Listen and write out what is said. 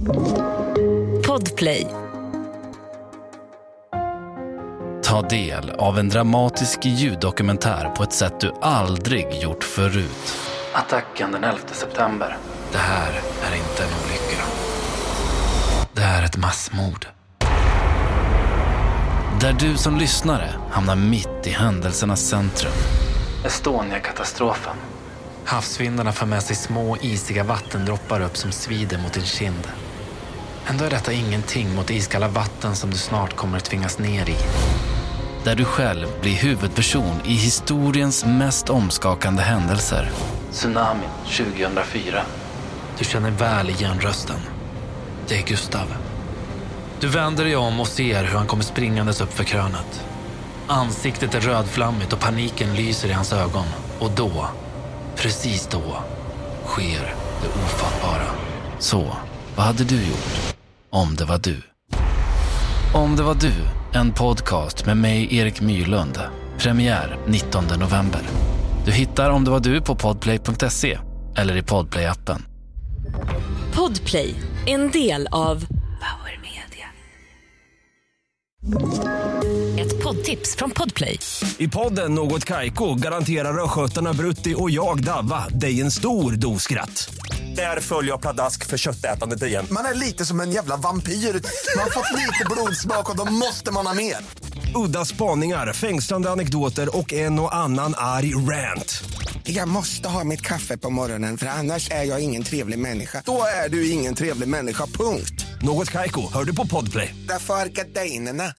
Podplay. Ta del av en dramatisk ljuddokumentär på ett sätt du aldrig gjort förut. Attacken den 11 september. Det här är inte en olycka. Det är ett massmord. Där du som lyssnare hamnar mitt i händelsernas centrum. Estonia-katastrofen. Havsvindarna för med sig små isiga vattendroppar upp som svider mot din kind. Ändå är detta ingenting mot iskalla vatten som du snart kommer att tvingas ner i. Där du själv blir huvudperson i historiens mest omskakande händelser. Tsunami 2004. Du känner väl igen rösten. Det är Gustav. Du vänder dig om och ser hur han kommer springandes upp för krönet. Ansiktet är rödflammigt och paniken lyser i hans ögon. Och då, precis då, sker det ofattbara. Så, vad hade du gjort om det var du? Om det var du, en podcast med mig, Erik Myrlund. Premiär 19 november. Du hittar Om det var du på podplay.se eller i Podplay-appen. Podplay, en del av Power Media. Ett poddtips från Podplay. I podden Något Kaiko garanterar röskötarna Brutti och jag Davva dig en stor doskratt. Där följer jag pladask för köttätandet igen. Man är lite som en jävla vampyr. Man har fått lite blodsmak och då måste man ha mer. Udda spaningar, fängslande anekdoter och en och annan arg rant. Jag måste ha mitt kaffe på morgonen för annars är jag ingen trevlig människa. Då är du ingen trevlig människa, punkt. Något Kaiko, hör du på Podplay. Därför är gardinerna.